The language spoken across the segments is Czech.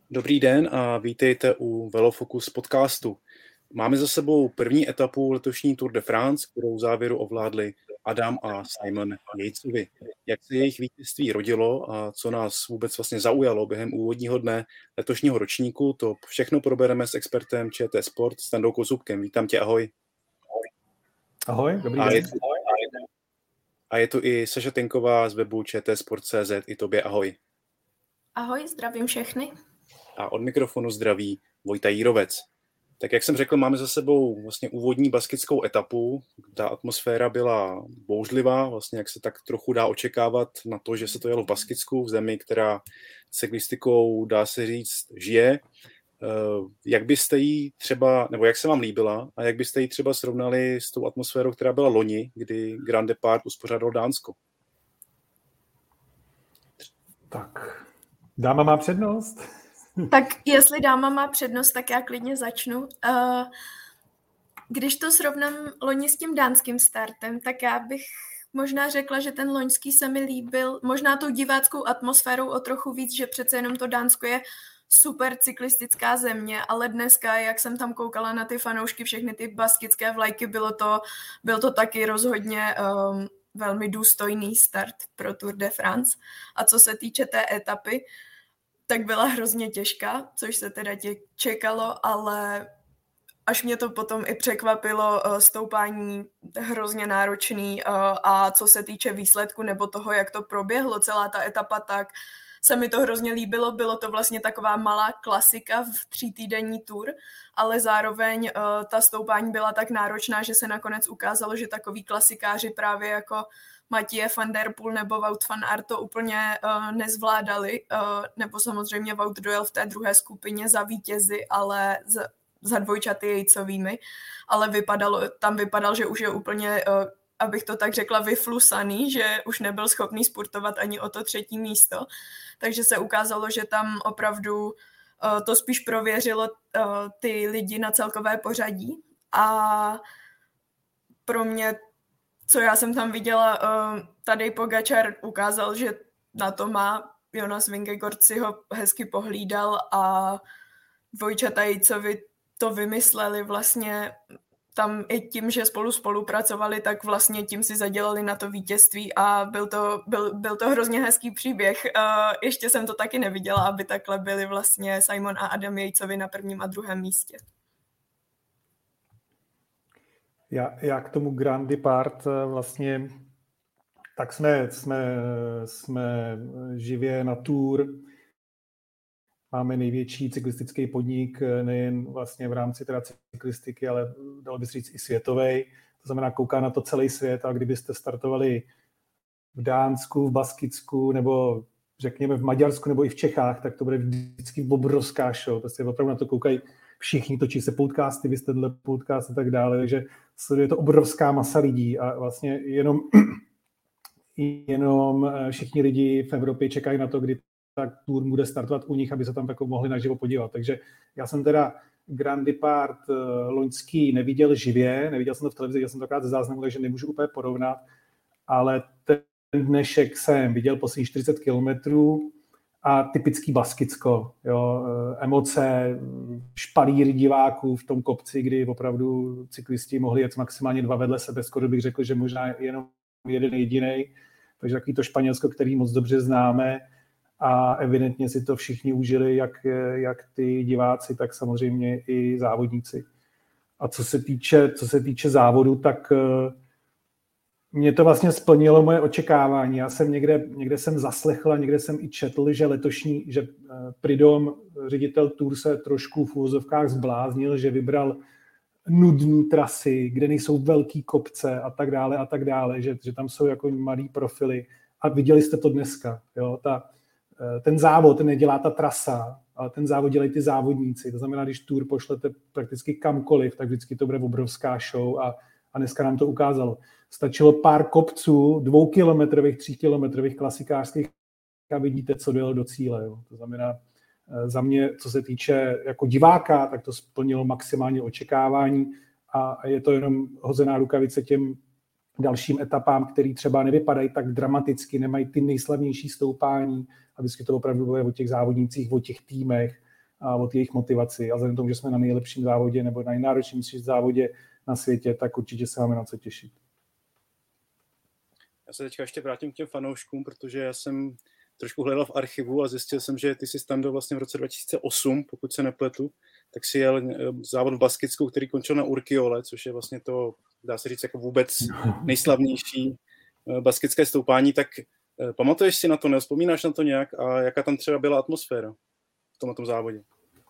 Dobrý den a vítejte u Velofocus podcastu. Máme za sebou první etapu letošní Tour de France, kterou v závěru ovládli Adam a Simon Yatesovi. Jak se jejich vítězství rodilo a co nás vůbec vlastně zaujalo během úvodního dne letošního ročníku, to všechno probereme s expertem ČT Sport, Standou Kozubkem. Vítám tě, ahoj. Ahoj, dobrý den. A je tu i Saša Tenková z webu čtsport.cz, i tobě ahoj. Ahoj, zdravím všechny. A od mikrofonu zdraví Vojta Jírovec. Tak jak jsem řekl, máme za sebou vlastně úvodní baskickou etapu. Ta atmosféra byla bouřlivá, vlastně jak se tak trochu dá očekávat na to, že se to jelo v Baskicku, v zemi, která cyklistikou, dá se říct, žije. Jak byste jí třeba, nebo jak se vám líbila a jak byste ji třeba srovnali s tou atmosférou, která byla loni, kdy Grand Depart uspořádal Dánsko? Tak, dáma má přednost. Tak jestli dáma má přednost, tak já klidně začnu. Když to srovnám loni s tím dánským startem, tak já bych možná řekla, že ten loňský se mi líbil možná tou diváckou atmosférou o trochu víc, že přece jenom to Dánsko je super cyklistická země, ale dneska, jak jsem tam koukala na ty fanoušky, všechny ty baskické vlajky, byl to taky rozhodně velmi důstojný start pro Tour de France. A co se týče té etapy, tak byla hrozně těžká, což se teda čekalo, ale až mě to potom i překvapilo, stoupání hrozně náročný a co se týče výsledku nebo toho, jak to proběhlo, celá ta etapa, tak se mi to hrozně líbilo. Bylo to vlastně taková malá klasika v 3týdenní tour, ale zároveň ta stoupání byla tak náročná, že se nakonec ukázalo, že takový klasikáři právě jako Mathieu van der Poel nebo Wout van Aert to úplně nezvládali, nebo samozřejmě Wout dojel v té druhé skupině za vítězi, ale za dvojčaty Yatesovými, ale vypadal, že už je úplně, abych to tak řekla, vyflusaný, že už nebyl schopný spurtovat ani o to 3. místo. Takže se ukázalo, že tam opravdu to spíš prověřilo ty lidi na celkové pořadí. A pro mě, co já jsem tam viděla, tady Pogačar ukázal, že na to má. Jonas Vingegaard si ho hezky pohlídal a dvojčata Yatesovi to vymysleli vlastně tam i tím, že spolupracovali, tak vlastně tím si zadělali na to vítězství a byl to hrozně hezký příběh. Ještě jsem to taky neviděla, aby takhle byli vlastně Simon a Adam Yatesovi na 1. a 2. místě. Já k tomu Grand Depart vlastně, tak jsme živě na Tour. Máme největší cyklistický podnik, nejen vlastně v rámci teda cyklistiky, ale dalo by se říct i světovej. To znamená, kouká na to celý svět a kdybyste startovali v Dánsku, v Baskicku nebo řekněme v Maďarsku nebo i v Čechách, tak to bude vždycky obrovská show. Prostě opravdu na to koukají všichni, točí se podcasty, vy jste tenhle podcast a tak dále, takže je to obrovská masa lidí a vlastně jenom všichni lidi v Evropě čekají na to, kdy tak Tour bude startovat u nich, aby se tam tak mohli naživo podívat. Takže já jsem teda Grand Depart loňský neviděl živě, neviděl jsem to v televizi, viděl jsem to akorát ze záznamu, takže nemůžu úplně porovnat, ale ten dnešek jsem viděl poslední 40 kilometrů a typický Baskicko, jo, emoce, špalíry diváků v tom kopci, kdy opravdu cyklisti mohli jet maximálně 2 vedle sebe, skoro bych řekl, že možná jenom jeden jedinej, takže takový to Španělsko, který moc dobře známe a evidentně si to všichni užili, jak ty diváci, tak samozřejmě i závodníci. A co se týče závodu, tak mě to vlastně splnilo moje očekávání. Já jsem někde jsem zaslechl a někde jsem i četl, že Prudhomme, ředitel Tour, se trošku v úvozovkách zbláznil, že vybral nudné trasy, kde nejsou velký kopce a tak dále, že tam jsou jako malý profily. A viděli jste to dneska. Jo? Ten závod nedělá ta trasa, ale ten závod dělají ty závodníci. To znamená, když Tour pošlete prakticky kamkoliv, tak vždycky to bude obrovská show a dneska nám to ukázalo. Stačilo pár kopců, 2kilometrových, 3kilometrových klasikářských a vidíte, co dojelo do cíle. Jo. To znamená, za mě, co se týče jako diváka, tak to splnilo maximálně očekávání a je to jenom hozená rukavice těm dalším etapám, které třeba nevypadají tak dramaticky, nemají ty nejslavnější stoupání a vždycky to opravdu bude o těch závodnících, o těch týmech a o jejich motivaci. A vzhledem k tomu, že jsme na nejlepším závodě nebo na nejnáročnějším závodě na světě, tak určitě se máme na co těšit. Já se teďka ještě vrátím k těm fanouškům, protože já jsem trošku hledal v archivu a zjistil jsem, že ty jsi tam byl vlastně v roce 2008, pokud se nepletu, tak si jel závod v Baskicku, který končil na Urquiole, což je vlastně to, dá se říct, jako vůbec nejslavnější baskické stoupání. Tak pamatuješ si na to, nevzpomínáš na to nějak a jaká tam třeba byla atmosféra v tomto závodě?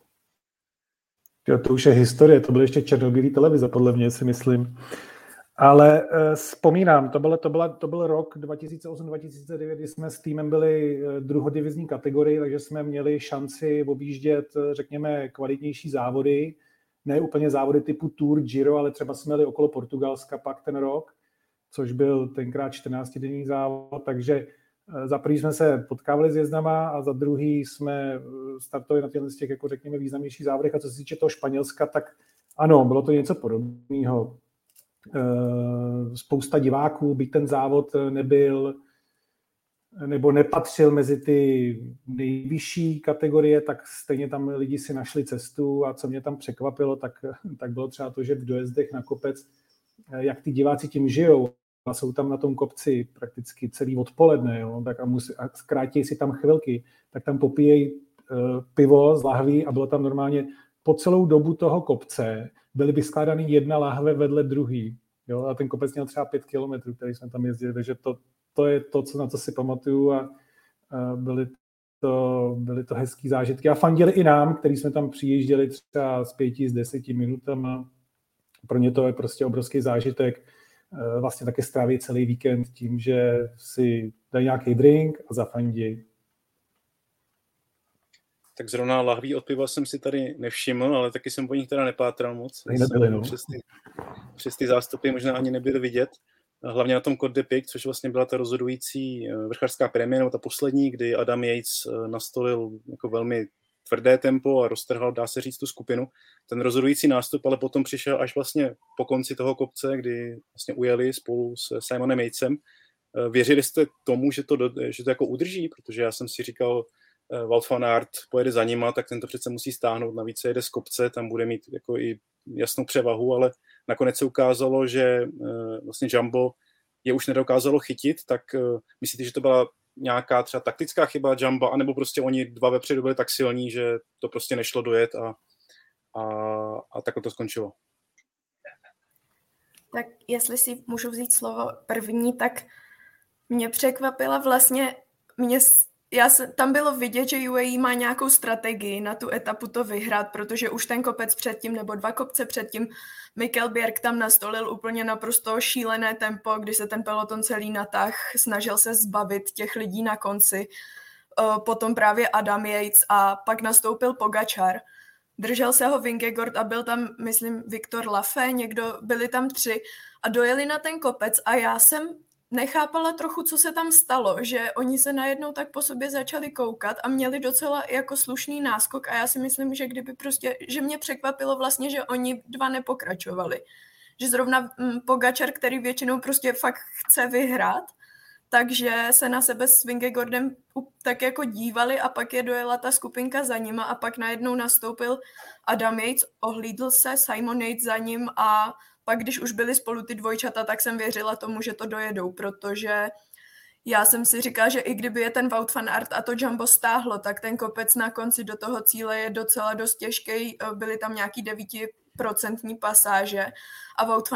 To už je historie, to byly ještě černobílý televize, podle mě si myslím. Ale vzpomínám, to byl rok 2008-2009, kdy jsme s týmem byli druhodivizní kategorii, takže jsme měli šanci objíždět, řekněme, kvalitnější závody, ne úplně závody typu Tour, Giro, ale třeba jsme měli okolo Portugalska pak ten rok, což byl tenkrát 14denní závod, takže za první jsme se potkávali s jezdama a za druhý jsme startovali na těchto těch, jako řekněme, významnějších závodech. A co se týče toho Španělska, tak ano, bylo to něco podobného. Spousta diváků, byť ten závod nebyl nebo nepatřil mezi ty nejvyšší kategorie, tak stejně tam lidi si našli cestu a co mě tam překvapilo, tak bylo třeba to, že v dojezdech na kopec, jak ty diváci tím žijou a jsou tam na tom kopci prakticky celý odpoledne, jo, tak a zkrátí si tam chvilky, tak tam popíjejí pivo z lahví a bylo tam normálně po celou dobu toho kopce byly vyskládány jedna lahve vedle druhý. Jo? A ten kopec měl třeba 5 kilometrů, který jsme tam jezdili, takže to je to, na co si pamatuju a byly to hezký zážitky. A fandili i nám, který jsme tam přijížděli třeba z 5 z 10 minutama. Pro ně to je prostě obrovský zážitek. Vlastně také stráví celý víkend tím, že si dají nějaký drink a zafandí. Tak zrovna lahví od piva jsem si tady nevšiml, ale taky jsem po nich teda nepátral moc. Nebyli, no. Přes ty zástupy možná ani nebyly vidět. Hlavně na tom Côte de Pic, což vlastně byla ta rozhodující vrchařská prémie, nebo ta poslední, kdy Adam Yates nastolil jako velmi tvrdé tempo a roztrhal, dá se říct, tu skupinu. Ten rozhodující nástup ale potom přišel až vlastně po konci toho kopce, kdy vlastně ujeli spolu s Simonem Yatesem. Věřili jste tomu, že to jako udrží? Protože já jsem si říkal, Wout van Aert pojede za nima, tak ten to přece musí stáhnout, navíc se jede z kopce, tam bude mít jako i jasnou převahu, ale nakonec se ukázalo, že vlastně Jumbo je už nedokázalo chytit, tak myslíte, že to byla nějaká třeba taktická chyba Jumbo, anebo prostě oni dva vepředu byli tak silní, že to prostě nešlo dojet a takhle to skončilo? Tak jestli si můžu vzít slovo první, tak mě překvapila vlastně, tam bylo vidět, že UAE má nějakou strategii na tu etapu to vyhrát, protože už ten kopec předtím, nebo 2 kopce předtím, Mikkel Bjerg tam nastolil úplně naprosto šílené tempo, kdy se ten peloton celý natáhl, snažil se zbavit těch lidí na konci, potom právě Adam Yates a pak nastoupil Pogačar. Držel se ho Vingegaard a byl tam, myslím, Viktor Lafay, byli tam 3 a dojeli na ten kopec a já jsem nechápala trochu, co se tam stalo, že oni se najednou tak po sobě začali koukat a měli docela jako slušný náskok a já si myslím, že že mě překvapilo vlastně, že oni 2 nepokračovali. Že zrovna Pogačar, který většinou prostě fakt chce vyhrát, takže se na sebe s Vingegaardem tak jako dívali a pak je dojela ta skupinka za nima a pak najednou nastoupil Adam Yates, ohlídl se, Simon Yates za ním a pak, když už byli spolu ty dvojčata, tak jsem věřila tomu, že to dojedou, protože já jsem si říkala, že i kdyby je ten Wout van Aert a to Jumbo stáhlo, tak ten kopec na konci do toho cíle je docela dost těžký. Byly tam nějaký 9% pasáže a Wout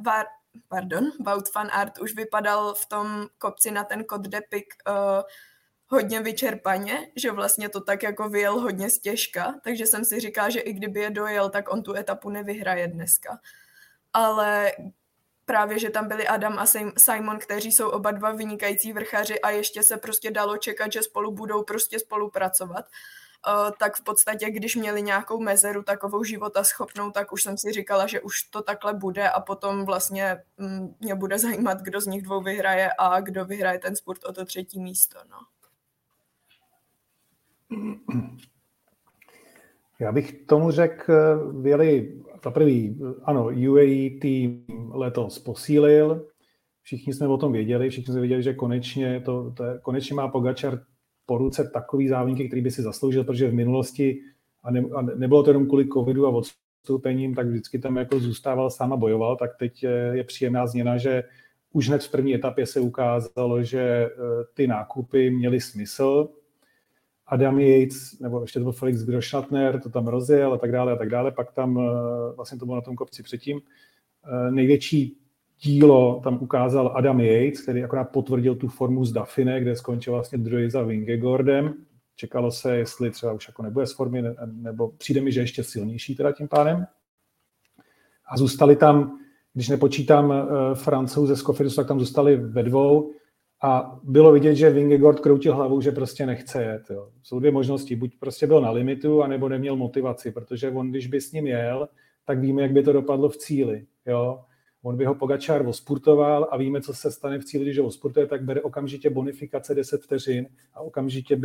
van Aert už vypadal v tom kopci na ten Côte de Pic hodně vyčerpaně, že vlastně to tak jako vyjel hodně stěžka, takže jsem si říkala, že i kdyby je dojel, tak on tu etapu nevyhraje dneska. Ale právě, že tam byli Adam a Simon, kteří jsou oba 2 vynikající vrchaři a ještě se prostě dalo čekat, že spolu budou prostě spolupracovat, tak v podstatě, když měli nějakou mezeru takovou životaschopnou, tak už jsem si říkala, že už to takhle bude a potom vlastně mě bude zajímat, kdo z nich 2 vyhraje a kdo vyhraje ten spurt o to 3. místo. No. Já bych tomu řekl, za prvý, ano, UAE tým letos posílil, všichni jsme o tom věděli, všichni jsme věděli, že konečně má Pogačar po ruce takový závodníky, který by si zasloužil, protože v minulosti a nebylo to jenom kvůli covidu a odstoupením, tak vždycky tam jako zůstával sám a bojoval, tak teď je příjemná změna, že už hned v první etapě se ukázalo, že ty nákupy měly smysl. Adam Yates, nebo ještě to byl Felix Groschartner, to tam rozjel a tak dále. Pak tam, vlastně to bylo na tom kopci předtím, největší dílo tam ukázal Adam Yates, který akorát potvrdil tu formu z Dauphiné, kde skončil vlastně druhý za Vingegaardem. Čekalo se, jestli třeba už jako nebude z formy, nebo přijde mi, že ještě silnější teda tím pádem. A zůstali tam, když nepočítám Francouze z Cofidis, tak tam zůstali ve dvou a bylo vidět, že Vingegaard kroutil hlavou, že prostě nechce jet. Jo. Jsou dvě možnosti, buď prostě byl na limitu, anebo neměl motivaci, protože on, když by s ním jel, tak víme, jak by to dopadlo v cíli. Jo. On by ho Pogačar ospurtoval a víme, co se stane v cíli, když ho ospurtuje, tak bere okamžitě bonifikace 10 vteřin a okamžitě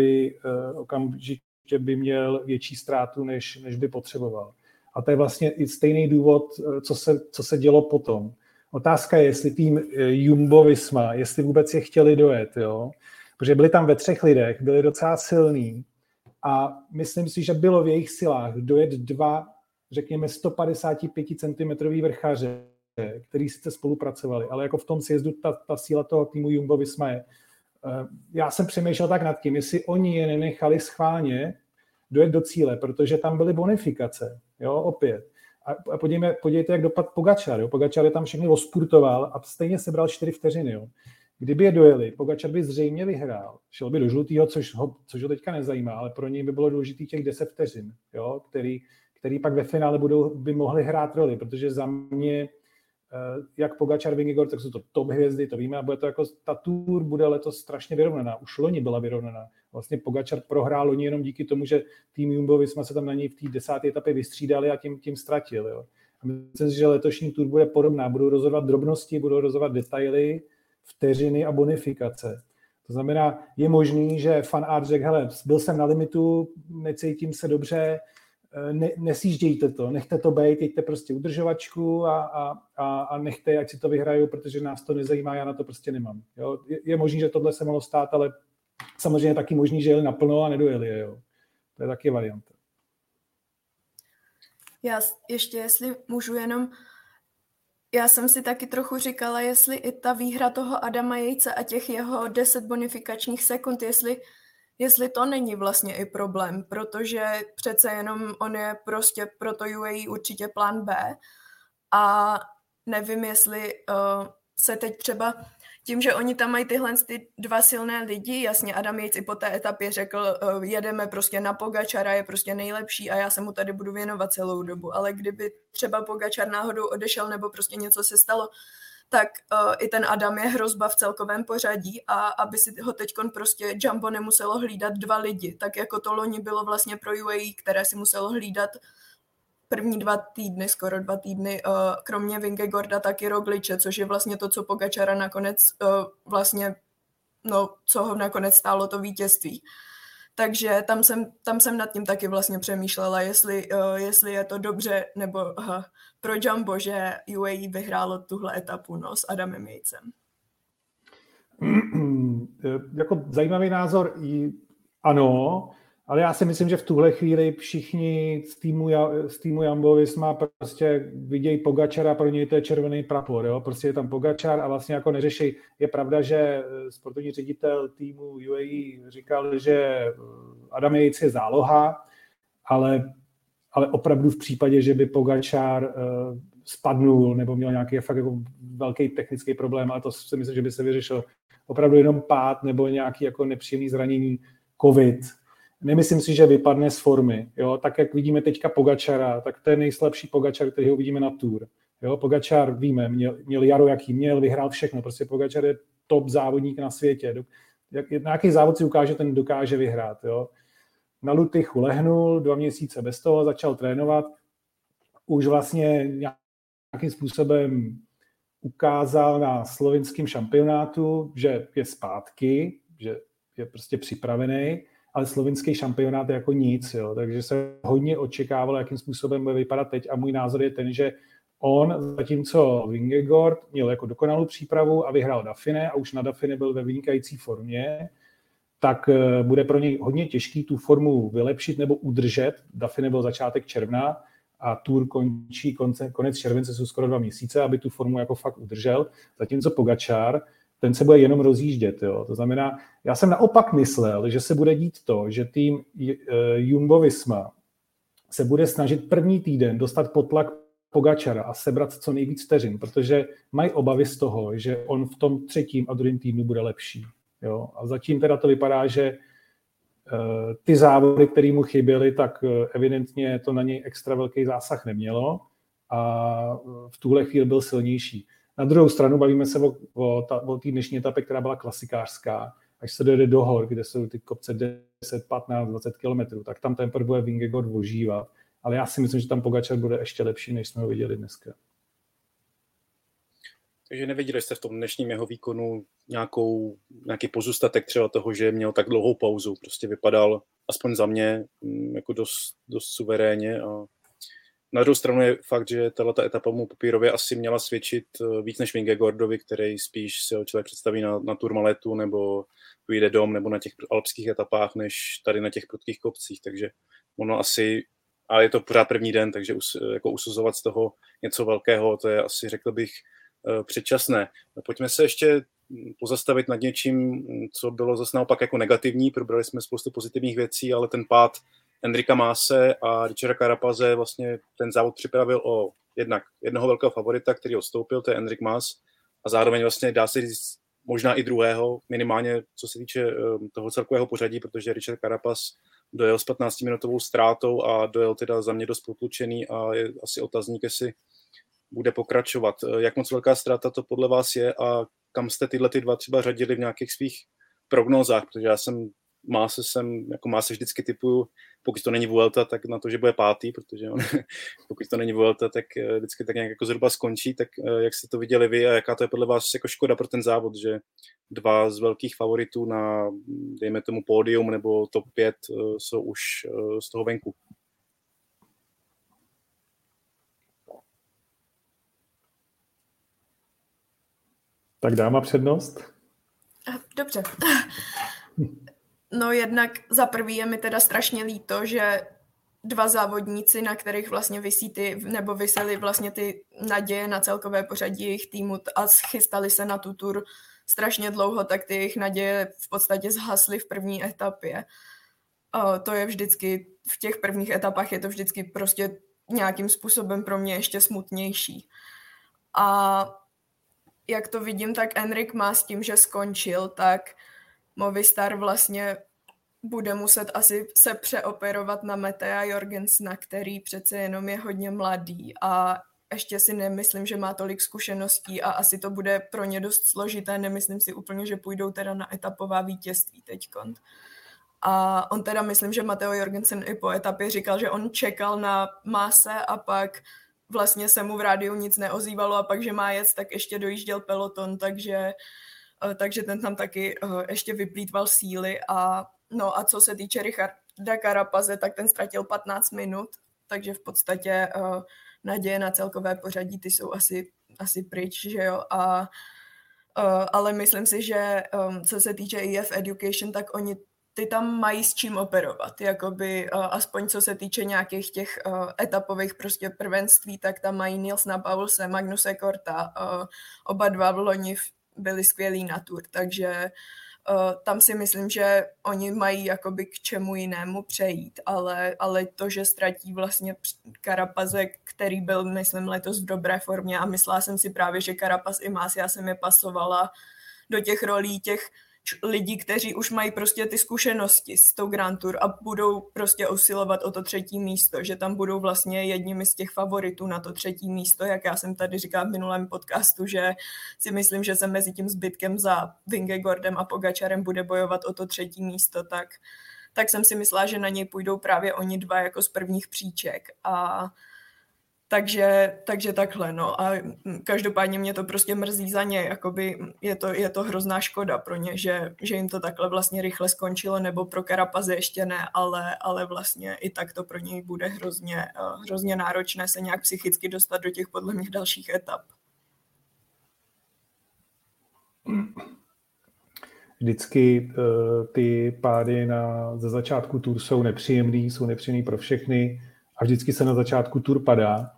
by měl větší ztrátu, než by potřeboval. A to je vlastně i stejný důvod, co se dělo potom. Otázka je, jestli tým Jumbo-Visma, jestli vůbec je chtěli dojet, jo? Protože byli tam ve 3 lidech, byli docela silní a myslím si, že bylo v jejich silách dojet 2, řekněme 155 cm vrchaře, který sice spolupracovali, ale jako v tom sjezdu ta síla toho týmu Jumbo-Visma je. Já jsem přemýšlel tak nad tím, jestli oni je nenechali schválně dojet do cíle, protože tam byly bonifikace, jo, opět. A podívejte, jak dopadl Pogačar. Jo. Pogačar je tam všechny ospurtoval a stejně sebral 4 vteřiny. Jo. Kdyby je dojeli, Pogačar by zřejmě vyhrál. Šel by do žlutýho, což ho teďka nezajímá, ale pro něj by bylo důležitý těch 10 vteřin, jo, který pak ve finále by mohli hrát roli, protože za mě jak Pogačar, Vingegaard, tak jsou to top hvězdy, to víme, a bude to jako, ta Tour bude letos strašně vyrovnaná. Už loni byla vyrovnaná. Vlastně Pogačar prohrál loni jenom díky tomu, že tým Jumbo-Visma se tam na něj v té 10. etapě vystřídali a tím ztratil. Jo. A myslím si, že letošní Tour bude podobná. Budou rozhodovat drobnosti, budou rozhodovat detaily, vteřiny a bonifikace. To znamená, je možný, že fan art řekl, hele, byl jsem na limitu, necítím se dobře, nesjíždějte to, nechte to bejt, jeďte prostě udržovačku a nechte, ať si to vyhrajou, protože nás to nezajímá, já na to prostě nemám. Jo? Je možný, že tohle se mohlo stát, ale samozřejmě taky možný, že jeli naplno a nedojeli je. Jo? To je taky varianta. Já ještě, jestli můžu jenom, já jsem si taky trochu říkala, jestli i ta výhra toho Adama Yatese a těch jeho 10 bonifikačních sekund, jestli to není vlastně i problém, protože přece jenom on je prostě pro to UAE určitě plán B a nevím, jestli se teď třeba tím, že oni tam mají tyhle ty 2 silné lidi, jasně Adam Yates i po té etapě řekl, jedeme prostě na Pogačara, je prostě nejlepší a já se mu tady budu věnovat celou dobu, ale kdyby třeba Pogačar náhodou odešel nebo prostě něco se stalo, tak i ten Adam je hrozba v celkovém pořadí a aby si ho teďkon prostě Jumbo nemuselo hlídat 2 lidi, tak jako to loni bylo vlastně pro UAE, které si muselo hlídat první 2 týdny, skoro 2 týdny, kromě Vingegaarda taky Rogliče, což je vlastně to, co Pogačara nakonec vlastně, no, co ho nakonec stálo to vítězství. Takže tam jsem nad tím taky vlastně přemýšlela, jestli je to dobře nebo pro Jumbo, že UAE vyhrálo tuhle etapu s Adamem Yatesem. Jako zajímavý názor, ano, ale já si myslím, že v tuhle chvíli všichni z týmu Jumbo-Visma prostě vidějí Pogačara, pro něj to je červený prapor, jo? Prostě je tam Pogačar a vlastně jako neřeší. Je pravda, že sportovní ředitel týmu UAE říkal, že Adam Yates je záloha, ale opravdu v případě, že by Pogačar spadnul nebo měl nějaký fakt jako velký technický problém, a to si myslím, že by se vyřešil opravdu jenom pád nebo nějaký jako nepříjemný zranění, covid. Nemyslím si, že vypadne z formy. Jo? Tak, jak vidíme teďka Pogačara, tak to je nejslabší Pogačar, který ho vidíme na Tour. Jo? Pogačar, víme, měl jaro, jaký měl, vyhrál všechno. Prostě Pogačar je top závodník na světě. Na nějaký závod si ukáže, ten dokáže vyhrát. Jo? Na Lutychu lehnul, 2 měsíce bez toho, začal trénovat. Už vlastně nějakým způsobem ukázal na slovinském šampionátu, že je zpátky, že je prostě připravený, ale slovinský šampionát je jako nic, jo. Takže se hodně očekávalo, jakým způsobem bude vypadat teď a můj názor je ten, že on, zatímco Vingegaard měl jako dokonalou přípravu a vyhrál Dauphiné a už na Dauphiné byl ve vynikající formě, tak bude pro něj hodně těžký tu formu vylepšit nebo udržet. Daffy byl začátek června a Tour končí konec července, jsou skoro 2 měsíce, aby tu formu jako fakt udržel. Zatímco Pogačar, ten se bude jenom rozjíždět. Jo. To znamená, já jsem naopak myslel, že se bude dít to, že tým Jumbo-Visma se bude snažit první týden dostat pod tlak Pogačara a sebrat co nejvíc vteřin, protože mají obavy z toho, že on v tom 3. a 2. týdnu bude lepší. Jo. A zatím teda to vypadá, že ty závody, které mu chyběly, tak evidentně to na něj extra velký zásah nemělo a v tuhle chvíli byl silnější. Na druhou stranu bavíme se o té dnešní etapě, která byla klasikářská. Až se dojde do hor, kde jsou ty kopce 10, 15, 20 kilometrů, tak tam ten bude Vingegaard ožívat. Ale já si myslím, že tam Pogačar bude ještě lepší, než jsme ho viděli dneska. Takže neviděli jste v tom dnešním jeho výkonu nějaký pozůstatek třeba toho, že měl tak dlouhou pauzu. Prostě vypadal, aspoň za mě, jako dost suverénně. A na druhou stranu je fakt, že tato etapa mu papírově asi měla svědčit víc než Vingegaardovi, který spíš si ho člověk představí na Tourmaletu nebo vyjde dom nebo na těch alpských etapách, než tady na těch prudkých kopcích. Takže ono asi, ale je to pořád první den, takže jako usuzovat z toho něco velkého, to je asi, řekl bych, předčasné. Pojďme se ještě pozastavit nad něčím, co bylo zase naopak jako negativní. Probrali jsme spoustu pozitivních věcí, ale ten pád Enrika Maase a Richarda Carapaze vlastně ten závod připravil o jednoho velkého favorita, který odstoupil, to je Enric Mas, a zároveň vlastně dá se říct možná i druhého, minimálně co se týče toho celkového pořadí, protože Richard Carapaz dojel s 15-minutovou ztrátou a dojel teda za mě dost potlučený a je asi otazník, jestli bude pokračovat. Jak moc velká ztráta to podle vás je a kam jste tyhle dva třeba řadili v nějakých svých prognózách, protože já jsem Maase vždycky typuju, pokud to není Vuelta, tak na to, že bude 5., protože pokud to není Vuelta, tak vždycky tak nějak jako zhruba skončí, tak jak jste to viděli vy a jaká to je podle vás jako škoda pro ten závod, že 2 z velkých favoritů na, dejme tomu, pódium nebo top 5 jsou už z toho venku. Tak dám přednost? Dobře. No jednak za prvý je mi teda strašně líto, že 2 závodníci, na kterých vlastně visely vlastně ty naděje na celkové pořadí jejich týmu a chystali se na tu Tour strašně dlouho, tak ty jejich naděje v podstatě zhasly v první etapě. To je vždycky, v těch prvních etapách je to vždycky prostě nějakým způsobem pro mě ještě smutnější. A jak to vidím, tak Enric Mas tím, že skončil, tak Movistar vlastně bude muset asi se přeoperovat na Mattea Jorgensena, který přece jenom je hodně mladý a ještě si nemyslím, že má tolik zkušeností a asi to bude pro ně dost složité. Nemyslím si úplně, že půjdou teda na etapová vítězství teďkon. A on teda, myslím, že Matteo Jorgensen i po etapě říkal, že on čekal na Maase a pak vlastně se mu v rádiu nic neozývalo a pak, že má jet, tak ještě dojížděl peloton, takže ten tam taky ještě vyplýtval síly. A co se týče Richarda Carapaze, tak ten ztratil 15 minut, takže v podstatě naděje na celkové pořadí, ty jsou asi pryč, že jo. Ale myslím si, že co se týče EF Education, tak oni ty tam mají s čím operovat, jakoby aspoň co se týče nějakých těch etapových prostě prvenství, tak tam mají Nilsna Paulse, Magnuse Korta, oba 2 v loni byli skvělí na Tour, takže tam si myslím, že oni mají jakoby k čemu jinému přejít, ale to, že ztratí vlastně Carapaze, který byl, myslím, letos v dobré formě a myslela jsem si právě, že Carapaz i Mas, já jsem je pasovala do těch rolí těch lidí, kteří už mají prostě ty zkušenosti s tou Grand Tour a budou prostě usilovat o to 3. místo, že tam budou vlastně jedními z těch favoritů na to 3. místo, jak já jsem tady říkala v minulém podcastu, že si myslím, že se mezi tím zbytkem za Vingegaardem a Pogačarem bude bojovat o to 3. místo, tak jsem si myslela, že na něj půjdou právě oni 2 jako z prvních příček a takže takhle, no a každopádně mě to prostě mrzí za ně, jakoby je to hrozná škoda pro ně, že jim to takhle vlastně rychle skončilo, nebo pro Carapaze ještě ne, ale vlastně i tak to pro něj bude hrozně náročné se nějak psychicky dostat do těch podle mě dalších etap. vždycky ty pády ze začátku tour jsou nepříjemný pro všechny a vždycky se na začátku tour padá.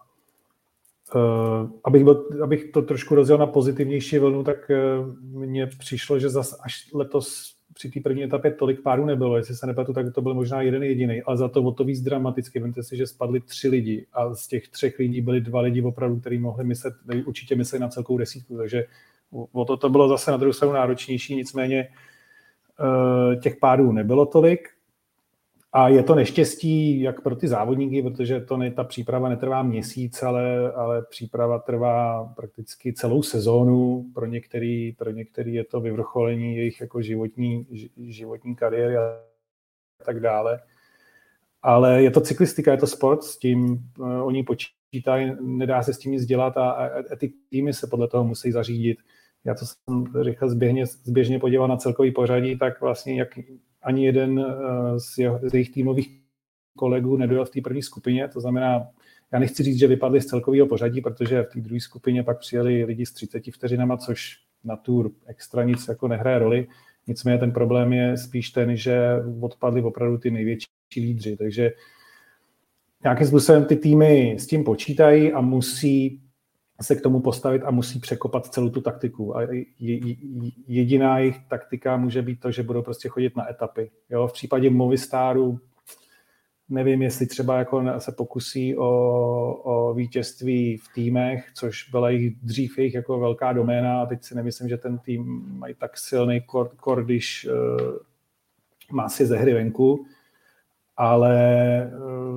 Abych to trošku rozjel na pozitivnější vlnu, tak mně přišlo, že zas až letos při té první etapě tolik pádů nebylo. Jestli se nepletu, tak to byl možná jeden jediný, ale za to o to víc dramaticky. Vemte si, že spadli 3 lidi a z těch 3 lidí byli 2 lidi opravdu, kteří mohli určitě myslet na celkou desítku, takže o to bylo zase na druhou stranu náročnější, nicméně těch pádů nebylo tolik. A je to neštěstí jak pro ty závodníky, protože ta příprava netrvá měsíc, ale příprava trvá prakticky celou sezónu. Pro některý je to vyvrcholení jejich jako životní kariéry a tak dále. Ale je to cyklistika, je to sport, s tím oni počítají, nedá se s tím nic dělat a ty týmy se podle toho musí zařídit. Já to jsem rychle zběžně podíval na celkový pořadí, tak vlastně jak ani jeden z jejich týmových kolegů nedojel v té první skupině, to znamená, já nechci říct, že vypadli z celkového pořadí, protože v té druhé skupině pak přijeli lidi s 30 vteřinama, což na Tour extra nic jako nehraje roli. Nicméně ten problém je spíš ten, že odpadli opravdu ty největší lídři, takže nějakým způsobem ty týmy s tím počítají a musí se k tomu postavit a musí překopat celou tu taktiku. A jediná jejich taktika může být to, že budou prostě chodit na etapy. Jo, v případě Movistaru nevím, jestli třeba jako se pokusí o vítězství v týmech, což byla dřív jejich jako velká doména a teď si nemyslím, že ten tým mají tak silný kor, když má si ze hry venku, ale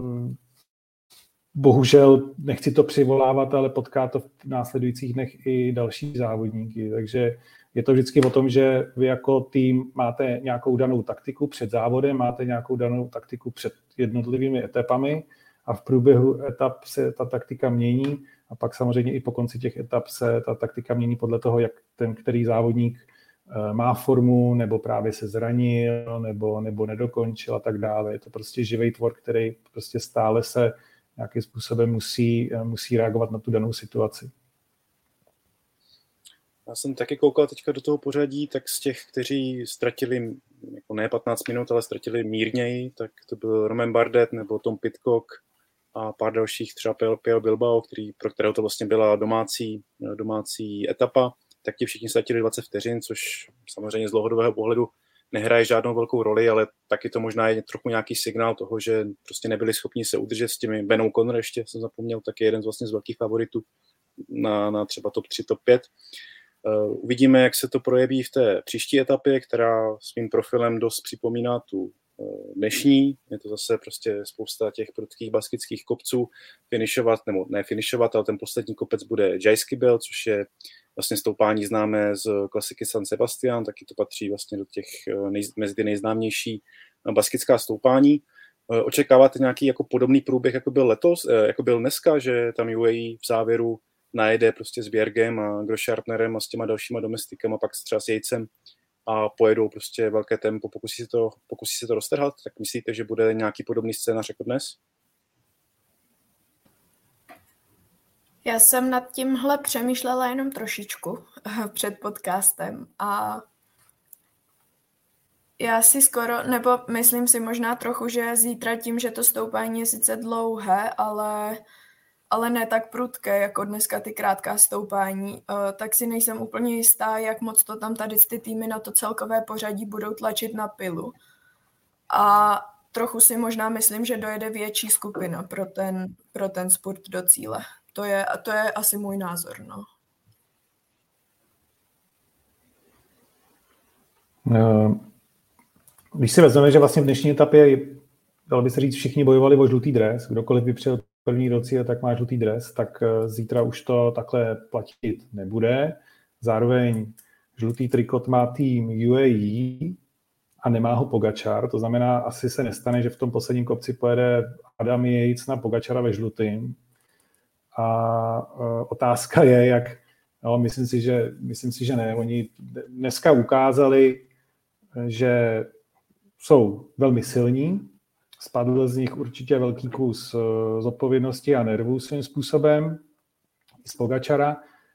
bohužel nechci to přivolávat, ale potká to v následujících dnech i další závodníky. Takže je to vždycky o tom, že vy jako tým máte nějakou danou taktiku před závodem, máte nějakou danou taktiku před jednotlivými etapami a v průběhu etap se ta taktika mění a pak samozřejmě i po konci těch etap se ta taktika mění podle toho, jak ten který závodník má formu, nebo právě se zranil, nebo nedokončil a tak dále. Je to prostě živý tvor, který prostě stále se nějakým způsobem musí reagovat na tu danou situaci. Já jsem taky koukal teďka do toho pořadí, tak z těch, kteří ztratili jako ne 15 minut, ale ztratili mírněji, tak to byl Romain Bardet nebo Tom Pidcock a pár dalších, třeba Pello Bilbao, pro kterého to vlastně byla domácí etapa, tak ti všichni ztratili 20 vteřin, což samozřejmě z dlouhodobého pohledu nehraje žádnou velkou roli, ale taky to možná je trochu nějaký signál toho, že prostě nebyli schopni se udržet s těmi. Ben O'Connor ještě jsem zapomněl, tak je jeden z velkých favoritů na třeba top 3, top 5. Uvidíme, jak se to projeví v té příští etapě, která svým profilem dost připomíná tu dnešní. Je to zase prostě spousta těch prudkých baskických kopců. Ale ten poslední kopec bude Jaiskibel, což je vlastně stoupání známé z klasiky San Sebastian, taky to patří vlastně do těch mezi ty nejznámější baskická stoupání. Očekáváte nějaký jako podobný průběh, jako byl letos, jako byl dneska, že tam UAE v závěru najede prostě s Bjergem a Groschartnerem a s těma dalšíma domestikama, pak třeba s Jejcem a pojedou prostě velké tempo, pokusí se to roztrhat, tak myslíte, že bude nějaký podobný scénář jako dnes? Já jsem nad tímhle přemýšlela jenom trošičku před podcastem a já si skoro, nebo myslím si možná trochu, že zítra tím, že to stoupání je sice dlouhé, ale ne tak prudké, jako dneska ty krátká stoupání, tak si nejsem úplně jistá, jak moc to tam tady ty týmy na to celkové pořadí budou tlačit na pilu. A trochu si možná myslím, že dojede větší skupina pro ten spurt do cíle. To je asi můj názor, no. Když si vezmeme, že vlastně v dnešní etapě, dalo by se říct, všichni bojovali o žlutý dres, kdokoliv by přijel první do cíle, tak má žlutý dres, tak zítra už to takhle platit nebude. Zároveň žlutý trikot má tým UAE a nemá ho Pogačar, to znamená, asi se nestane, že v tom posledním kopci pojede Adam Yates na Pogačara ve žlutým. A otázka je, jak, no, myslím si, že ne. Oni dneska ukázali, že jsou velmi silní, spadl z nich určitě velký kus zodpovědnosti a nervů svým způsobem z Pogačara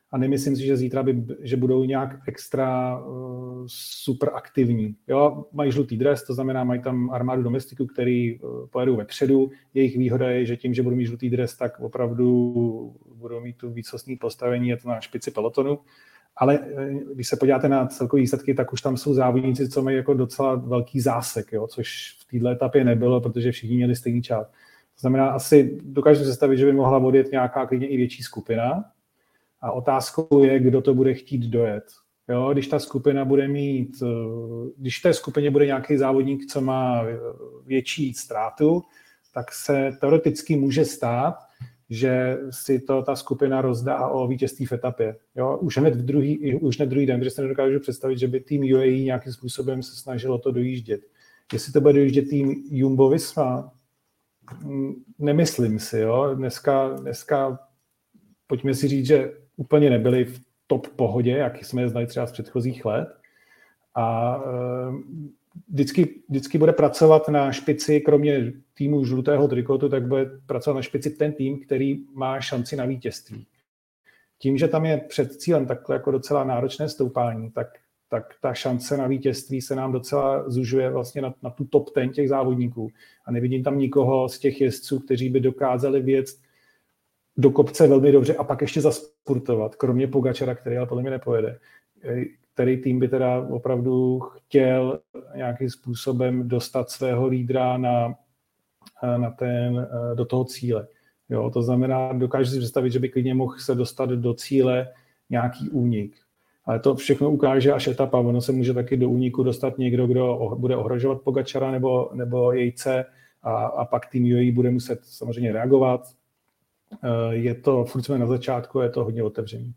a nemyslím si, že zítra že budou nějak extra super aktivní. Jo, mají žlutý dres, to znamená, mají tam armádu domestiků, který pojedou vepředu. Jejich výhoda je, že tím, že budou mít žlutý dres, tak opravdu budou mít tu výsostné postavení, je to na špici pelotonu. Ale když se podíváte na celkové výsledky, tak už tam jsou závodníci, co mají jako docela velký zásek, jo, což v této etapě nebylo, protože všichni měli stejný čas. To znamená, asi dokážu představit, že by mohla odjet nějaká klidně i větší skupina. A otázkou je, kdo to bude chtít dojet. Jo, když ta skupina bude mít, když v té skupině bude nějaký závodník, co má větší ztrátu, tak se teoreticky může stát, že si to ta skupina rozdá o vítězství v etapě. Jo, už hned druhý den, protože se nedokážu představit, že by tým UAE nějakým způsobem se snažilo to dojíždět. Jestli to bude dojíždět tým Jumbo-Visma, nemyslím si. Jo. Dneska pojďme si říct, že úplně nebyli v top pohodě, jak jsme je znali třeba z předchozích let. A vždycky bude pracovat na špici, kromě týmu žlutého trikotu, tak bude pracovat na špici ten tým, který má šanci na vítězství. Tím, že tam je před cílem takhle jako docela náročné stoupání, tak ta šance na vítězství se nám docela zužuje vlastně na tu top 10 těch závodníků. A nevidím tam nikoho z těch jezdců, kteří by dokázali vjet do kopce velmi dobře a pak ještě zasportovat, kromě Pogačara, který ale podle mě nepojede. Který tým by teda opravdu chtěl nějakým způsobem dostat svého lídra do toho cíle. Jo, to znamená, dokážu si představit, že by klidně mohl se dostat do cíle nějaký únik. Ale to všechno ukáže až etapa. Ono se může taky do úniku dostat někdo, kdo bude ohrožovat Pogačara nebo Jejce a pak tým UAE bude muset samozřejmě reagovat. Je to, furt jsme na začátku, je to hodně otevřený.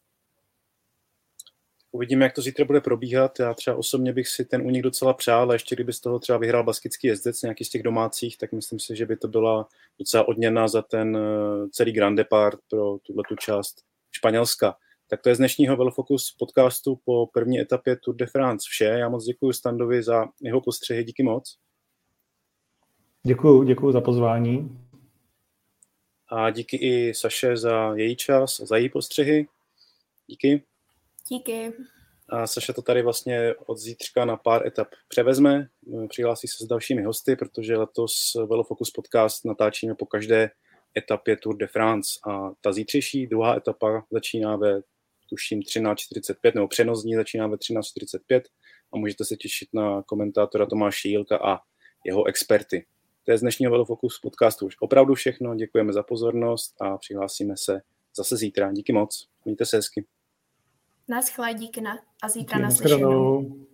Uvidíme, jak to zítra bude probíhat. Já třeba osobně bych si ten únik docela přál, a ještě kdyby z toho třeba vyhrál baskický jezdec, nějaký z těch domácích, tak myslím si, že by to byla docela odměna za ten celý Grand Depart pro tuhletu část Španělska. Tak to je z dnešního Velofocus podcastu po první etapě Tour de France vše. Já moc děkuji Standovi za jeho postřehy, díky moc. Děkuji za pozvání. A díky i Saše za její čas a za její postřehy. Díky. Díky. A Saša to tady vlastně od zítřka na pár etap převezme. Přihlásí se s dalšími hosty, protože letos Velofocus podcast natáčíme po každé etapě Tour de France. A ta zítřejší druhá etapa začíná ve tuším 13:45, nebo přenos z ní začíná ve 13:45 a můžete se těšit na komentátora Tomáše Jílka a jeho experty. To je z dnešního Velofocus podcastu už opravdu všechno. Děkujeme za pozornost a přihlásíme se zase zítra. Díky moc. Mějte se hezky. Naschle, díky a zítra naslyšenou.